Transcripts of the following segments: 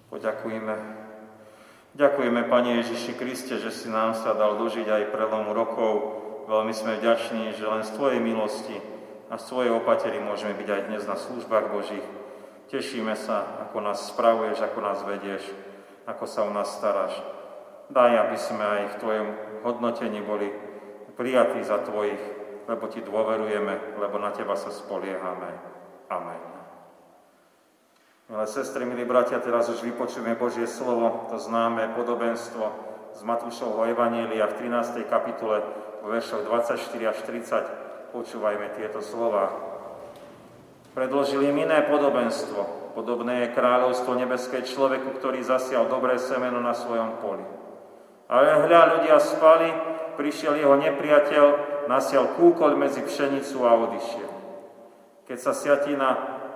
Poďakujme. Ďakujeme, Pane Ježiši Kriste, že si nám sa dal dožiť aj prelomu rokov. Veľmi sme vďační, že len z Tvojej milosti a z Tvojej opatery môžeme byť aj dnes na službách Božích. Tešíme sa, ako nás spravuješ, ako nás vedieš, ako sa o nás staráš. Daj, aby sme aj v Tvojom hodnotení boli prijatí za Tvojich, lebo Ti dôverujeme, lebo na Teba sa spoliehame. Amen. Milé sestry, milí bratia, teraz už vypočujeme Božie slovo, to známe podobenstvo z Matúšovho evanjelia v 13. kapitole, vo veršoch 24 až 30. Počúvajme tieto slová. Predložil im iné podobenstvo. Podobné je kráľovstvo nebeské človeku, ktorý zasial dobré semeno na svojom poli. Ale hľa, ľudia spali, prišiel jeho nepriateľ, nasial kúkoľ medzi pšenicu a odišiel. Keď sa siatina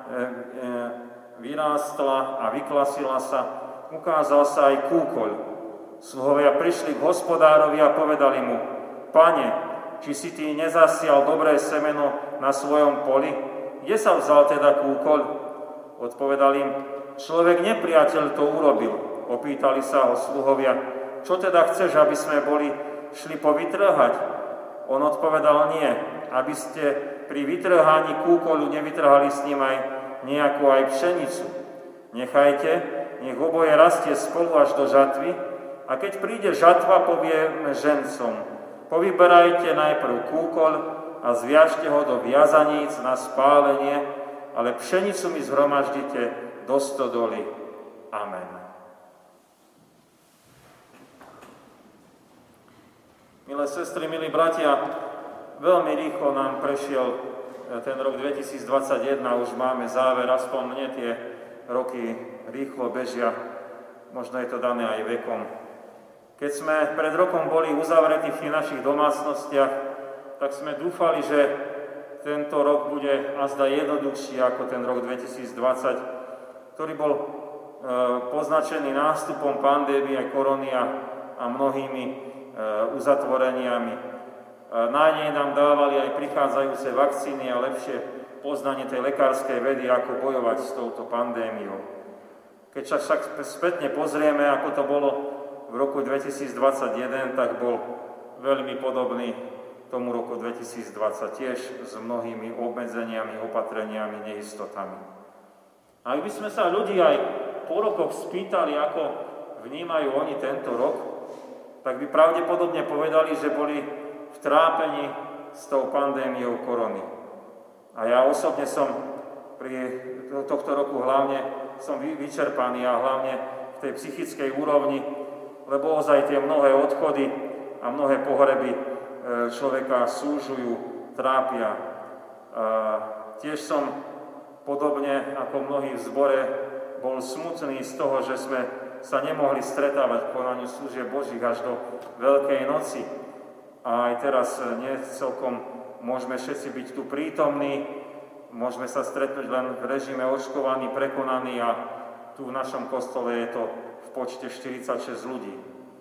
vyrástla a vyklasila sa, ukázal sa aj kúkoľ. Sluhovia prišli k hospodárovi a povedali mu: Pane, či si ty nezasial dobré semeno na svojom poli? Kde sa vzal teda kúkoľ? Odpovedal im: Človek nepriateľ to urobil. Opýtali sa ho sluhovia: Čo teda chceš, aby sme šli povytrhať? On odpovedal: Nie, aby ste pri vytrhaní kúkoľu nevytrhali s ním nejakú aj pšenicu. Nechajte, nech oboje rastie spolu až do žatvy, a keď príde žatva, povieme žencom: Povyberajte najprv kúkoľ a zviažte ho do viazaníc na spálenie, ale pšenicu mi zhromaždite do stodoly. Amen. Milé sestry, milí bratia, veľmi rýchlo nám prešiel ten rok 2021, už máme záver, aspoň mne tie roky rýchlo bežia, možno je to dané aj vekom. Keď sme pred rokom boli uzavretí v tých našich domácnostiach, tak sme dúfali, že tento rok bude azda jednoduchší ako ten rok 2020, ktorý bol poznačený nástupom pandémie, korony a mnohými uzatvoreniami. Na nej nám dávali aj prichádzajúce vakcíny a lepšie poznanie tej lekárskej vedy, ako bojovať s touto pandémiou. Keď sa však spätne pozrieme, ako to bolo v roku 2021, tak bol veľmi podobný tomu roku 2020, tiež s mnohými obmedzeniami, opatreniami, neistotami. A ak by sme sa ľudí aj po rokoch spýtali, ako vnímajú oni tento rok, tak by pravdepodobne povedali, že boli v trápení s tou pandémiou korony. A ja osobne som pri tohto roku hlavne som vyčerpaný a hlavne v tej psychickej úrovni, lebo ozaj tie mnohé odchody a mnohé pohreby človeka súžujú, trápia. Tiež som podobne ako mnohí v zbore bol smutný z toho, že sme sa nemohli stretávať v konaniu služieb Božích až do Veľkej noci. A aj teraz nie celkom môžeme všetci byť tu prítomní, môžeme sa stretnúť len v režime očkovaní, prekonaní a tu v našom kostole je to v počte 46 ľudí.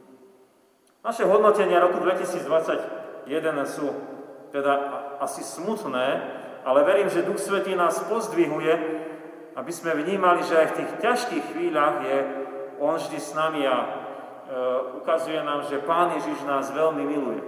Naše hodnotenia roku 2021 sú teda asi smutné, ale verím, že Duch Svätý nás pozdvihuje, aby sme vnímali, že aj v tých ťažkých chvíľach je On vždy s nami a ukazuje nám, že Pán Ježiš nás veľmi miluje.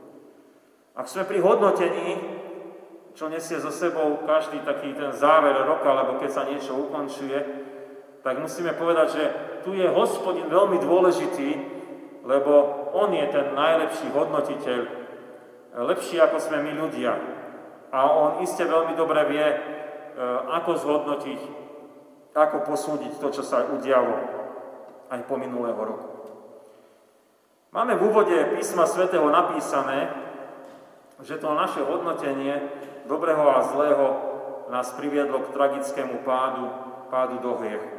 Ak sme pri hodnotení, čo nesie so sebou každý taký ten záver roka, alebo keď sa niečo ukončuje, tak musíme povedať, že tu je Hospodin veľmi dôležitý, lebo On je ten najlepší hodnotiteľ, lepší ako sme my ľudia. A On iste veľmi dobre vie, ako zhodnotiť, ako posúdiť to, čo sa udialo aj po minulého roku. Máme v úvode písma svätého napísané, že to naše hodnotenie dobrého a zlého nás priviedlo k tragickému pádu do hriechu.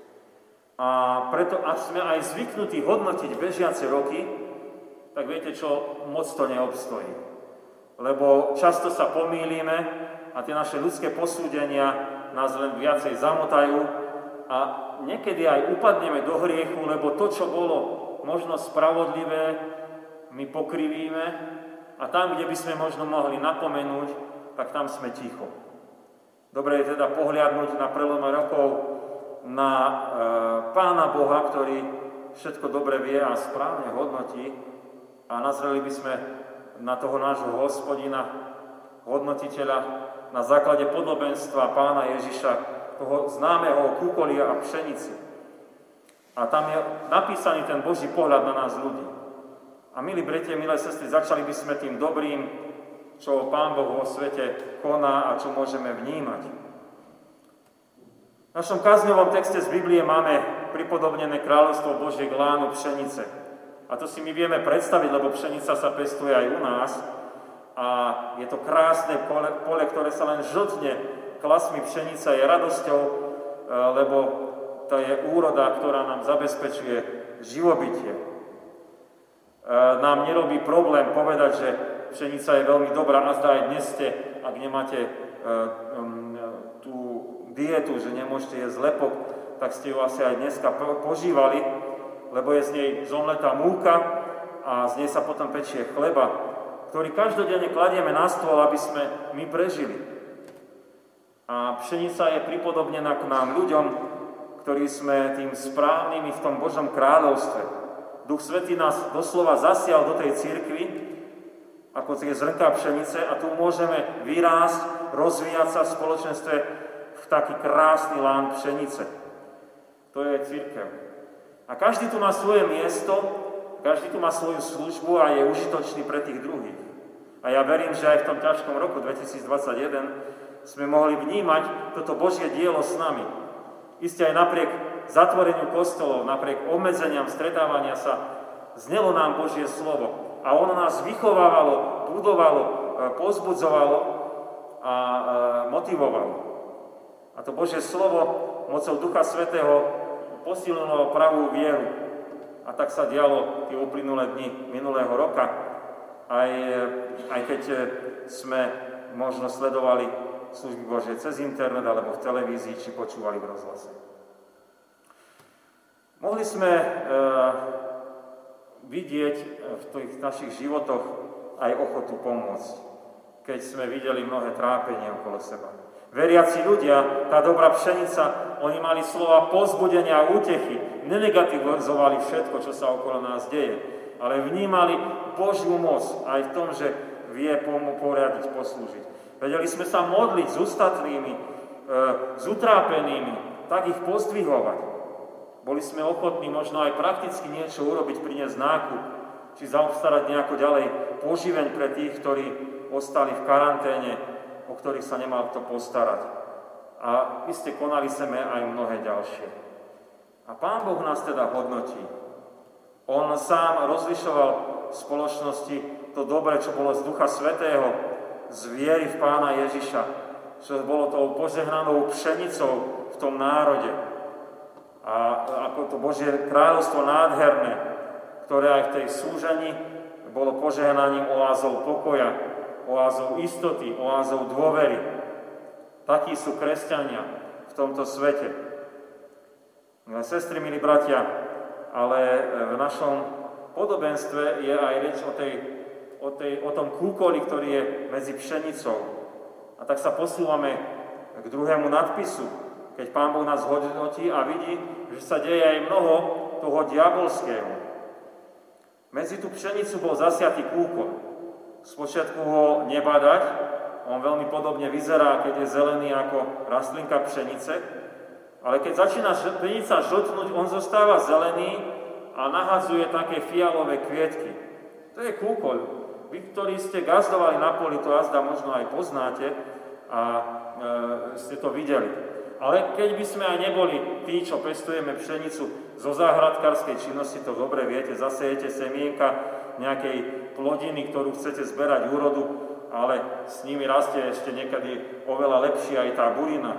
A preto, ak sme aj zvyknutí hodnotiť bežiace roky, tak viete čo, moc to neobstojí. Lebo často sa pomýlime a tie naše ľudské posúdenia nás len viacej zamotajú a niekedy aj upadneme do hriechu, lebo to, čo bolo možno spravodlivé, my pokrivíme a tam, kde by sme možno mohli napomenúť, tak tam sme ticho. Dobre je teda pohliadnúť na prelome rokov na Pána Boha, ktorý všetko dobre vie a správne hodnotí, a nazreli by sme na toho nášho Hospodina, hodnotiteľa, na základe podobenstva Pána Ježiša, toho známeho kúkolia a pšenici. A tam je napísaný ten Boží pohľad na nás ľudí. A milí bratia, milé sestry, začali by sme tým dobrým, čo Pán Boh vo svete koná a čo môžeme vnímať. V našom kázňovom texte z Biblie máme pripodobnené kráľovstvo Božie k lánu pšenice. A to si my vieme predstaviť, lebo pšenica sa pestuje aj u nás. A je to krásne pole, ktoré sa len žltne klasmi pšenica, je radosťou, lebo to je úroda, ktorá nám zabezpečuje živobytie. Nám nerobí problém povedať, že pšenica je veľmi dobrá, a zdá aj dnes ste, ak nemáte tú dietu, že nemôžete jesť lepok, tak ste ju asi aj dneska požívali, lebo je z nej zomletá múka a z nej sa potom pečie chleba, ktorý každodenne kladieme na stôl, aby sme my prežili. A pšenica je pripodobnená k nám ľuďom, ktorí sme tým správnymi v tom Božom kráľovstve. Duch Svätý nás doslova zasial do tej cirkvi, ako tie zrnká pšenice, a tu môžeme vyrásť, rozvíjať sa v spoločenstve v taký krásny lán pšenice. To je cirkev. A každý tu má svoje miesto, každý tu má svoju službu a je užitočný pre tých druhých. A ja verím, že aj v tom ťažkom roku 2021 sme mohli vnímať toto Božie dielo s nami. Isté aj napriek zatvoreniu kostolov, napriek obmedzeniam stretávania sa, znelo nám Božie slovo. A ono nás vychovávalo, budovalo, povzbudzovalo a motivovalo. A to Božie slovo mocou Ducha Svätého posilnilo pravú vieru. A tak sa dialo tie uplynulé dni minulého roka, aj keď sme možno sledovali služby Božie cez internet, alebo v televízii, či počúvali v rozhlase. Mohli sme vidieť v tých našich životoch aj ochotu pomôcť, keď sme videli mnohé trápenie okolo seba. Veriaci ľudia, tá dobrá pšenica, oni mali slova povzbudenia a útechy, nenegativizovali všetko, čo sa okolo nás deje, ale vnímali Božiu moc aj v tom, že vie poriadiť, poslúžiť. Vedeli sme sa modliť s ostatnými, s utrápenými, tak ich pozdvihovať. Boli sme ochotní možno aj prakticky niečo urobiť, priniesť nákup, či zaobstarať nejako ďalej poživeň pre tých, ktorí ostali v karanténe, o ktorých sa nemal kto postarať. A iste konali sme aj mnohé ďalšie. A Pán Boh nás teda hodnotí. On sám rozlišoval v spoločnosti to dobré, čo bolo z Ducha Svätého, z viery v Pána Ježiša, čo bolo tou požehnanou pšenicou v tom národe. A ako to Božie kráľovstvo nádherné, ktoré aj v tej súžení bolo požehnaním oázou pokoja, oázou istoty, oázou dôvery. Takí sú kresťania v tomto svete. Milé sestry, milí bratia, ale v našom podobenstve je aj reč o tom kúkoli, ktorý je medzi pšenicou. A tak sa posúvame k druhému nadpisu, keď Pán Boh nás hodnotí a vidí, že sa deje aj mnoho toho diabolského. Medzi tú pšenicu bol zasiatý kúkol. Spočiatku ho nebadať, on veľmi podobne vyzerá, keď je zelený ako rastlinka pšenice, ale keď začína pšenica žltnúť, on zostáva zelený a nahadzuje také fialové kvietky. To je kúkoľ. Vy, ktorí ste gazdovali na poli, to azda možno aj poznáte a ste to videli. Ale keď by sme aj neboli tí, čo pestujeme pšenicu zo záhradkárskej činnosti, to dobre viete, zasejete semienka nejakej plodiny, ktorú chcete zberať úrodu, ale s nimi rastie ešte niekedy oveľa lepšia aj tá burina,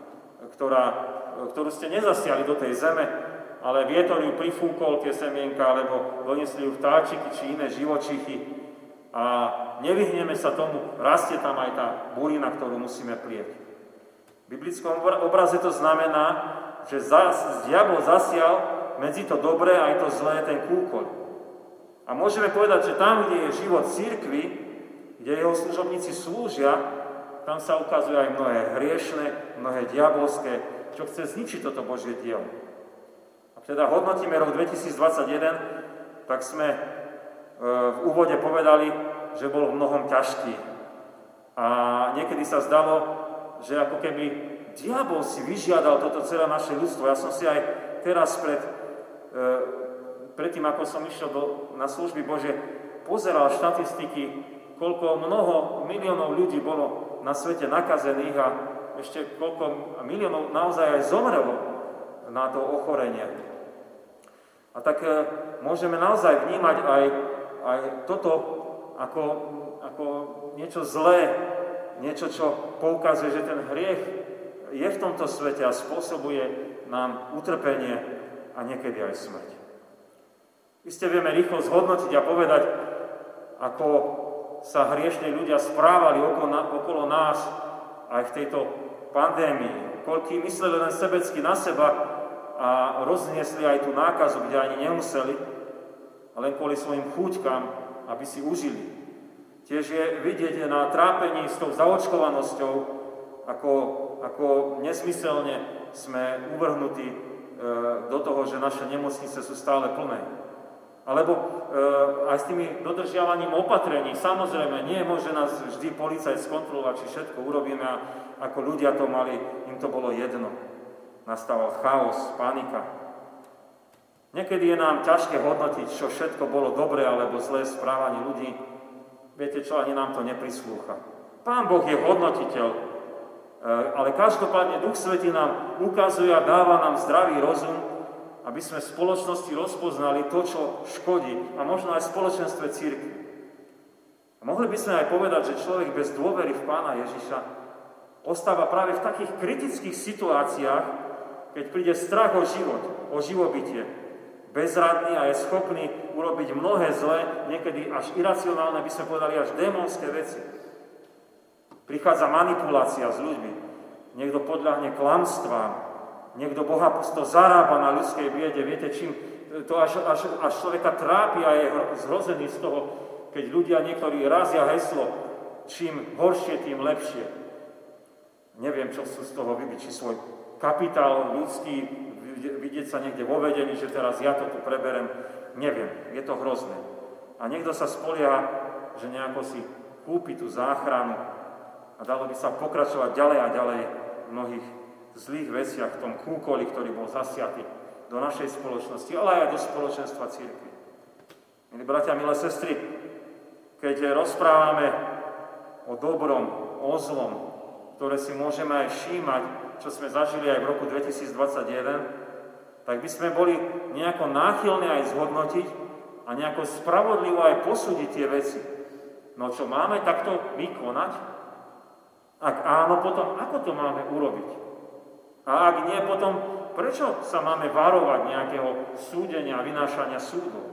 ktorú ste nezasiali do tej zeme, ale vietor ju prifúkol, tie semienka, alebo doniesli ju vtáčiky či iné živočichy a nevyhneme sa tomu, rastie tam aj tá burina, ktorú musíme plieť. V biblickom obraze to znamená, že diabol zasial medzi to dobré aj to zlé ten kúkoľ. A môžeme povedať, že tam, kde je život cirkvi, kde jeho služobníci slúžia, tam sa ukazuje aj mnohé hriešne, mnohé diabolské, čo chce zničiť toto Božie dielo. A Ak teda hodnotíme rok 2021, tak sme v úvode povedali, že bol v mnohom ťažký. A niekedy sa zdalo, že ako keby diabol si vyžiadal toto celé naše ľudstvo. Ja som si aj teraz predtým, ako som išiel na služby Bože, pozeral štatistiky, koľko mnoho miliónov ľudí bolo na svete nakazených a ešte koľko miliónov naozaj aj zomrelo na to ochorenie. A tak môžeme naozaj vnímať aj toto ako niečo zlé, niečo, čo poukazuje, že ten hriech je v tomto svete a spôsobuje nám utrpenie a niekedy aj smrť. Iste vieme rýchlo zhodnotiť a povedať, ako sa hriešni ľudia správali okolo nás aj v tejto pandémii. Koľkí mysleli len sebecky na seba a rozniesli aj tú nákazu, kde ani nemuseli, len kvôli svojim chúťkam, aby si užili. Tiež je vidieť na trápení s tou zaočkovanosťou, ako nesmyselne sme uvrhnutí do toho, že naše nemocnice sú stále plné. Alebo aj s tými dodržiavaním opatrení. Samozrejme, nie môže nás vždy policajt skontrolovať, či všetko urobíme, a ako ľudia to mali, im to bolo jedno. Nastával chaos, panika. Niekedy je nám ťažké hodnotiť, čo všetko bolo dobré alebo zlé správanie ľudí. Viete čo, ani nám to neprislúcha. Pán Boh je hodnotiteľ, ale každopádne Duch Svätý nám ukazuje a dáva nám zdravý rozum, aby sme v spoločnosti rozpoznali to, čo škodí, a možno aj v spoločenstve cirkvi. A mohli by sme aj povedať, že človek bez dôvery v Pána Ježiša ostáva práve v takých kritických situáciách, keď príde strach o život, o živobytie, bezradný a je schopný urobiť mnohé zlé, niekedy až iracionálne, by sme povedali, až démonské veci. Prichádza manipulácia s ľuďmi, niekto podľahne klamstvám, niekto bohapusto zarába na ľudskej biede. Viete, čím to až človeka trápi a je zhrozený z toho, keď ľudia niektorí razia heslo, čím horšie, tým lepšie. Neviem, čo sú z toho vybiť, či svoj kapitál ľudský, vidieť sa niekde vo vedení, že teraz ja to tu preberem. Neviem, je to hrozné. A niekto sa spolieha, že nejako si kúpi tú záchranu a dalo by sa pokračovať ďalej a ďalej v mnohých zlých veciach, v tom kúkoli, ktorý bol zasiatý do našej spoločnosti, ale aj do spoločenstva cirkvi. Milí bratia, milé sestry, keď rozprávame o dobrom, o zlom, ktoré si môžeme aj všímať, čo sme zažili aj v roku 2021, tak by sme boli nejako náchylní aj zhodnotiť a nejako spravodlivo aj posúdiť tie veci. No čo máme takto vykonať? Ak áno, potom ako to máme urobiť? A ak nie, potom prečo sa máme varovať nejakého súdenia a vynášania súdov?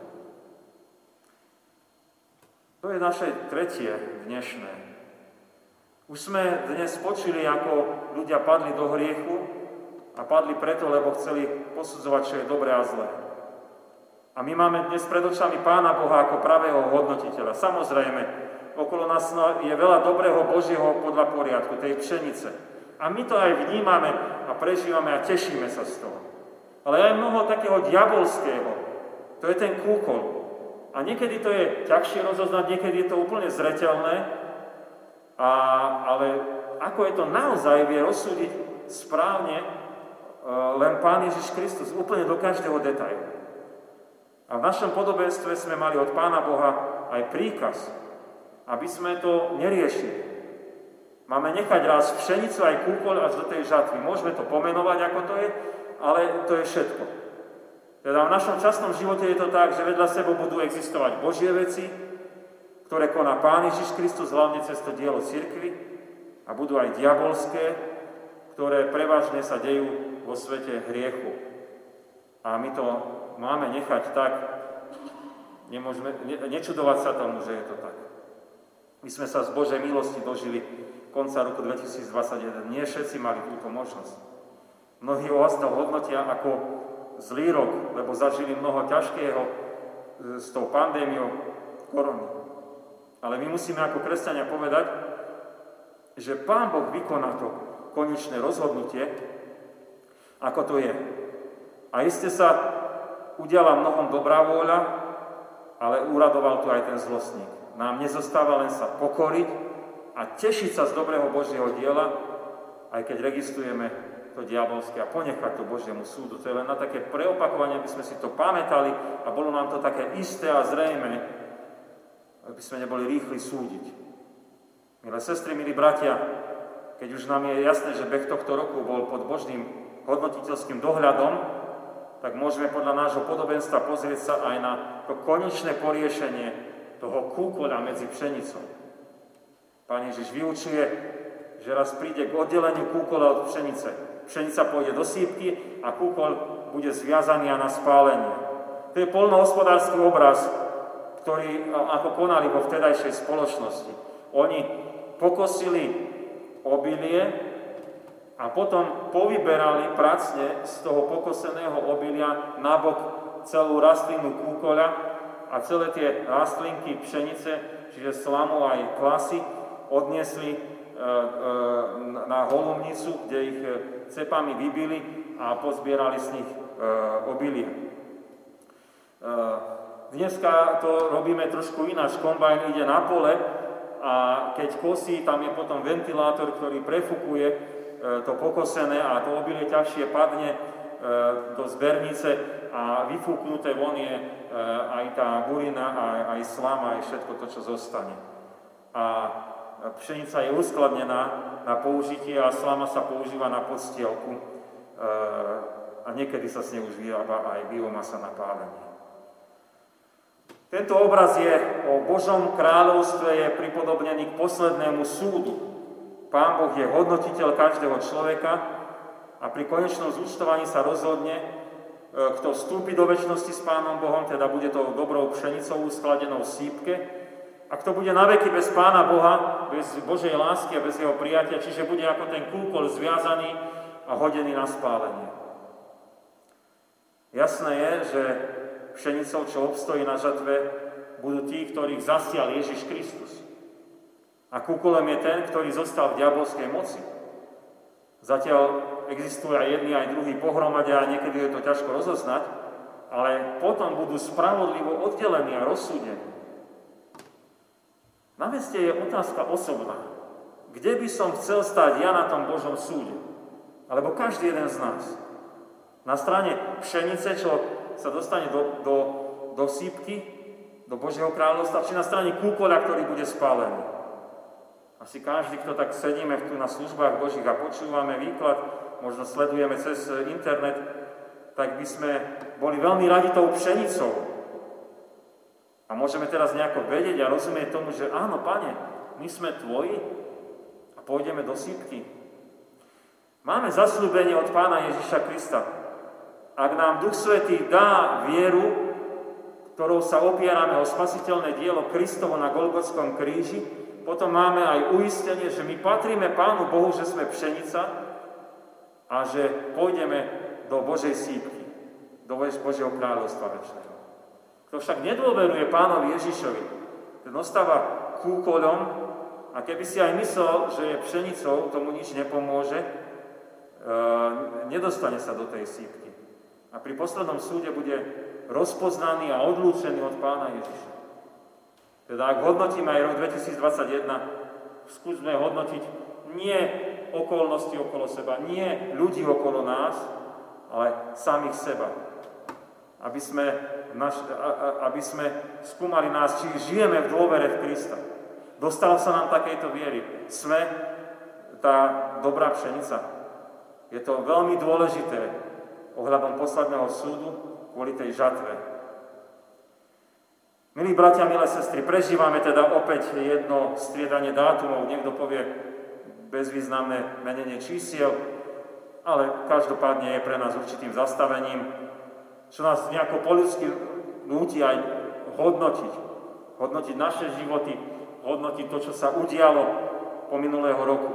To je naše tretie dnešné. Už sme dnes počuli, ako ľudia padli do hriechu a padli preto, lebo chceli posudzovať, čo je dobré a zlé. A my máme dnes pred očami Pána Boha ako pravého hodnotiteľa. Samozrejme, okolo nás je veľa dobrého Božieho podľa poriadku, tej pšenice. A my to aj vnímame a prežívame a tešíme sa z toho. Ale aj mnoho takého diabolského. To je ten kúkol. A niekedy to je ťažšie rozoznať, niekedy je to úplne zreteľné, ale ako je to naozaj vie rozsúdiť správne len Pán Ježiš Kristus, úplne do každého detailu. A v našom podobenstve sme mali od Pána Boha aj príkaz, aby sme to neriešili. Máme nechať raz pšenicu aj kúkol až do tej žatvy. Môžeme to pomenovať, ako to je, ale to je všetko. Teda v našom časnom živote je to tak, že vedľa seba budú existovať Božie veci, ktoré koná Pán Ježiš Kristus, hlavne cez to dielo cirkvi, a budú aj diabolské, ktoré prevažne sa dejú vo svete hriechu. A my to máme nechať tak, nečudovať sa tomu, že je to tak. My sme sa z Božej milosti dožili konca roku 2021. Nie všetci mali túto možnosť. Mnohí vás to hodnotia ako zlý rok, lebo zažili mnoho ťažkého s tou pandémiou korony. Ale my musíme ako kresťania povedať, že Pán Boh vykoná to konečné rozhodnutie, ako to je. A iste sa udiala mnohom dobrá vôľa, ale uradoval tu aj ten zlostník. Nám nezostáva len sa pokoriť a tešiť sa z dobrého Božieho diela, aj keď registrujeme to diabolské a ponechať to Božiemu súdu. To je len na také preopakovanie, aby sme si to pamätali a bolo nám to také isté a zrejmé, aby sme neboli rýchli súdiť. Milé sestry, milí bratia, keď už nám je jasné, že beh tohto roku bol pod Božným hodnotiteľským dohľadom, tak môžeme podľa nášho podobenstva pozrieť sa aj na to konečné poriešenie toho kúkoľa medzi pšenicou. Pán Ježiš vyučuje, že raz príde k oddeleniu kúkoľa od pšenice. Pšenica pôjde do sýpky a kúkoľ bude zviazaný a na spálenie. To je poľnohospodársky obraz, ktorý ako konali vo vtedajšej spoločnosti. Oni pokosili obilie a potom povyberali pracne z toho pokoseného obilia nabok celú rastlinu kúkoľa a celé tie rastlinky pšenice, čiže slamu aj klasy, odniesli na holumnicu, kde ich cepami vybili a pozbierali z nich obilie. Dneska to robíme trošku ináč. Kombajn ide na pole a keď kosí, tam je potom ventilátor, ktorý prefúkuje to pokosené a to obilie ťažšie padne do zbernice a vyfúknuté von je aj tá burina, aj slama, aj všetko to, čo zostane. A pšenica je uskladnená na použitie a slama sa používa na podstielku a niekedy sa z nej už vyrába aj biomasa na pálenie. Tento obraz je o Božom kráľovstve, je pripodobnený k poslednému súdu. Pán Boh je hodnotiteľ každého človeka a pri konečnom zúčtovaní sa rozhodne, kto vstúpi do večnosti s Pánom Bohom, teda bude to dobrou pšenicou uskladenou v sýpke, a kto bude naveky bez Pána Boha, bez Božej lásky a bez jeho prijatia, čiže bude ako ten kúkol zviazaný a hodený na spálenie. Jasné je, že pšenicou, čo obstojí na žatve, budú tí, ktorých zasial Ježiš Kristus. A kúkolom je ten, ktorý zostal v diabolskej moci. Zatiaľ existujú aj jedni, aj druhí pohromade a niekedy je to ťažko rozoznať, ale potom budú spravodlivo oddelení a rozsúdení. Na meste je otázka osobná. Kde by som chcel stáť ja na tom Božom súde? Alebo každý jeden z nás. Na strane pšenice, čo sa dostane do sýpky, do Božieho kráľovstva, či na strane kúkoľa, ktorý bude spálený. Asi každý, kto tak sedíme tu na službách Božích a počúvame výklad, možno sledujeme cez internet, tak by sme boli veľmi radi tou pšenicou. A môžeme teraz nejako vedieť a rozumieť tomu, že áno, Pane, my sme Tvoji a pôjdeme do sýpky. Máme zasľúbenie od Pána Ježiša Krista. Ak nám Duch Svätý dá vieru, ktorou sa opierame o spasiteľné dielo Kristovo na Golgotskom kríži, potom máme aj uistenie, že my patríme Pánu Bohu, že sme pšenica a že pôjdeme do Božej sýpky, do Božieho kráľovstva večného. Kto však nedôveruje Pánovi Ježišovi, ten ostáva kúkoľom a keby si aj myslel, že je pšenicou, tomu nič nepomôže, nedostane sa do tej sýpky. A pri poslednom súde bude rozpoznaný a odlúčený od Pána Ježiša. Teda ak hodnotíme aj rok 2021, skúsme hodnotiť nie okolnosti okolo seba, nie ľudí okolo nás, ale samých seba. Aby sme skúmali nás, či žijeme v dôvere v Krista. Dostalo sa nám takejto viery. Sme tá dobrá pšenica. Je to veľmi dôležité ohľadom posledného súdu kvôli tej žatve. Milí bratia, milé sestry, prežívame teda opäť jedno striedanie dátumov. Niekto povie bezvýznamné menenie čísiel, ale každopádne je pre nás určitým zastavením, čo nás nejako po ľudsky núti aj hodnotiť. Hodnotiť naše životy, hodnotiť to, čo sa udialo po minulého roku.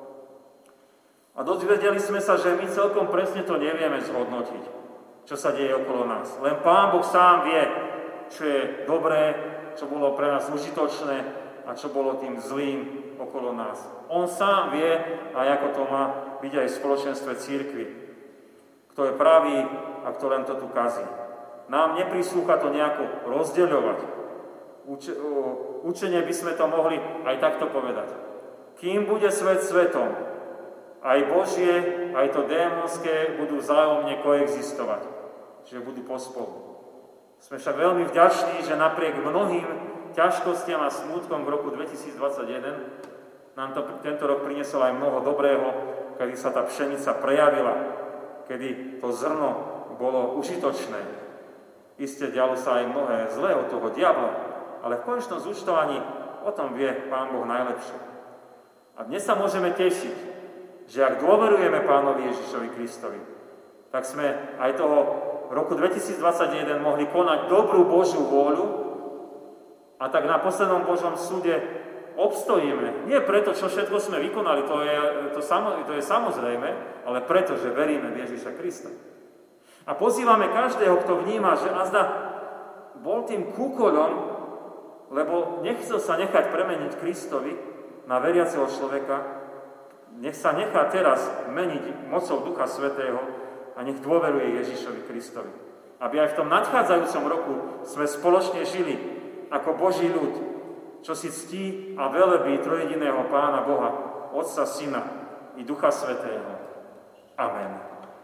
A dozvedeli sme sa, že my celkom presne to nevieme zhodnotiť, čo sa deje okolo nás. Len Pán Boh sám vie, čo je dobré, čo bolo pre nás užitočné a čo bolo tým zlým okolo nás. On sám vie, a ako to má byť aj v spoločenstve cirkvi. kto je pravý a kto len to tu kazí. Nám neprislúcha to nejako rozdeľovať. Učenie by sme to mohli aj takto povedať. Kým bude svet svetom, aj Božie, aj to démonské budú vzájomne koexistovať, že budú pospolu. Sme však veľmi vďační, že napriek mnohým ťažkostiam a smútkom v roku 2021 nám to tento rok priniesol aj mnoho dobrého, kedy sa tá pšenica prejavila, kedy to zrno bolo užitočné. Isté dialo sa aj mnohé zlé od toho diabla, ale v konečnom zúčtovaní o tom vie Pán Boh najlepšie. A dnes sa môžeme tešiť, že ak dôverujeme Pánovi Ježišovi Kristovi, tak sme aj toho roku 2021 mohli konať dobrú Božiu vôľu a tak na poslednom Božom súde obstojíme. Nie preto, čo všetko sme vykonali, to je samozrejme, ale preto, že veríme v Ježiša Krista. A pozývame každého, kto vníma, že azda bol tým kúkoľom, lebo nechcel sa nechať premeniť Kristovi na veriaceho človeka, nech sa nechá teraz meniť mocou Ducha Svätého a nech dôveruje Ježišovi Kristovi. Aby aj v tom nadchádzajúcom roku sme spoločne žili ako Boží ľud, čo si ctí a velebí trojjediného Pána Boha, Otca, Syna i Ducha Svätého. Amen.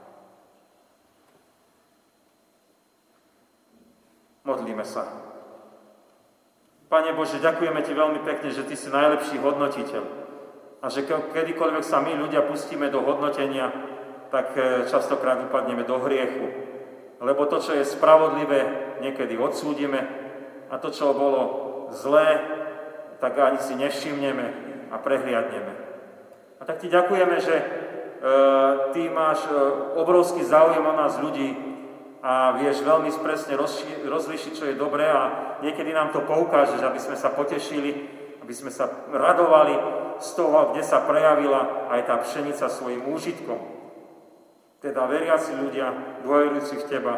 Modlíme sa. Pane Bože, ďakujeme Ti veľmi pekne, že Ty si najlepší hodnotiteľ a že kedykoľvek sa my ľudia pustíme do hodnotenia, tak častokrát upadneme do hriechu. Lebo to, čo je spravodlivé, niekedy odsúdime a to, čo bolo zlé, tak ani si nevšimneme a prehliadneme. A tak Ti ďakujeme, že Ty máš obrovský záujem o nás ľudí a vieš veľmi presne rozlíšiť, čo je dobré a niekedy nám to poukážeš, aby sme sa potešili, aby sme sa radovali z toho, kde sa prejavila aj tá pšenica svojim úžitkom. Teda veriaci ľudia, dôverujúci v Teba,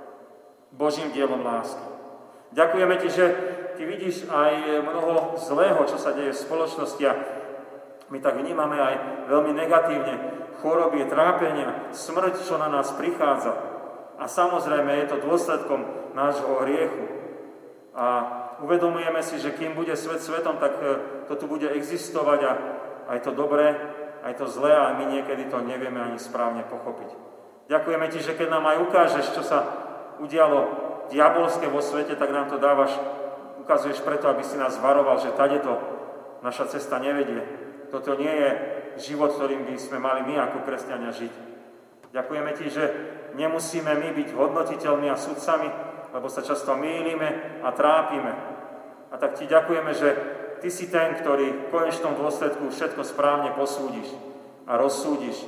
Božím dielom lásky. Ďakujeme Ti, že Ty vidíš aj mnoho zlého, čo sa deje v spoločnosti a my tak vnímame aj veľmi negatívne choroby, trápenia, smrť, čo na nás prichádza. A samozrejme je to dôsledkom nášho hriechu. A uvedomujeme si, že kým bude svet svetom, tak to tu bude existovať a aj to dobré, aj to zlé, a my niekedy to nevieme ani správne pochopiť. Ďakujeme Ti, že keď nám aj ukážeš, čo sa udialo diabolské vo svete, tak nám to ukazuješ preto, aby si nás varoval, že tadeto naša cesta nevedie. Toto nie je život, ktorým by sme mali my ako kresťania žiť. Ďakujeme Ti, že nemusíme my byť hodnotiteľmi a sudcami, lebo sa často mýlime a trápime. A tak Ti ďakujeme, že Ty si ten, ktorý v konečnom dôsledku všetko správne posúdiš a rozsúdiš.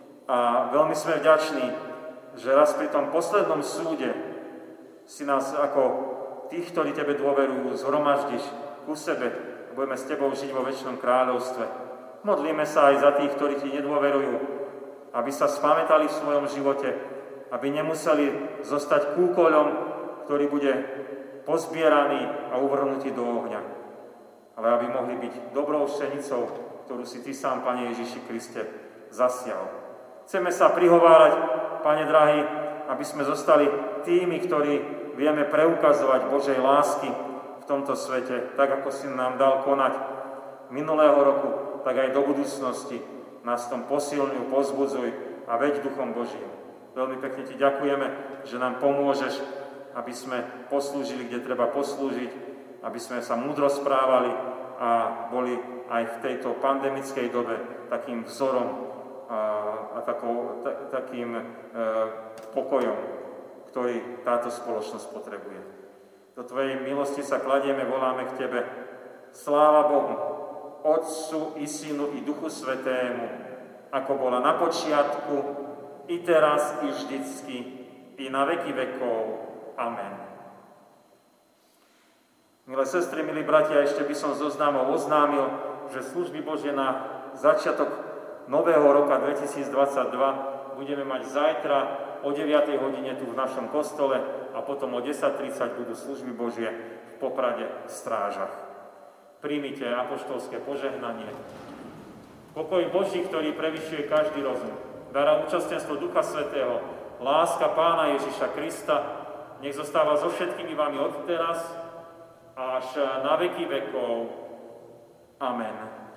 A veľmi sme vďační, že raz pri tom poslednom súde si nás ako tých, ktorí Tebe dôverujú, zhromaždiš ku sebe a budeme s Tebou žiť vo večnom kráľovstve. Modlíme sa aj za tých, ktorí Ti nedôverujú, aby sa spamätali v svojom živote, aby nemuseli zostať kúkoľom, ktorý bude pozbieraný a uvrhnutý do ohňa, ale aby mohli byť dobrou pšenicou, ktorú si Ty sám, Pane Ježiši Kriste, zasial. Chceme sa prihovárať, Pane drahý, aby sme zostali tými, ktorí vieme preukazovať Božej lásky v tomto svete, tak ako si nám dal konať minulého roku, tak aj do budúcnosti. Nás v tom posilňuj, pozbudzuj a veď Duchom Božím. Veľmi pekne Ti ďakujeme, že nám pomôžeš, aby sme poslúžili, kde treba poslúžiť, aby sme sa múdro správali a boli aj v tejto pandemickej dobe takým vzorom a takým pokojom, ktorý táto spoločnosť potrebuje. Do Tvojej milosti sa kladieme, voláme k Tebe. Sláva Bohu, Otcu i Synu i Duchu Svätému, ako bola na počiatku, i teraz, i vždycky, i na veky vekov. Amen. Milé sestry, milí bratia, ešte by som zoznámov oznámil, že služby Božie na začiatok nového roka 2022 budeme mať zajtra o 9. hodine tu v našom kostole a potom o 10:30 budú služby Božie v Poprade v Strážach. Príjmite apoštolské požehnanie. Pokoj Boží, ktorý prevyšuje každý rozum, dará účastenstvo Ducha Svätého, láska Pána Ježiša Krista nech zostáva so všetkými vami od teraz až na veky vekov. Amen.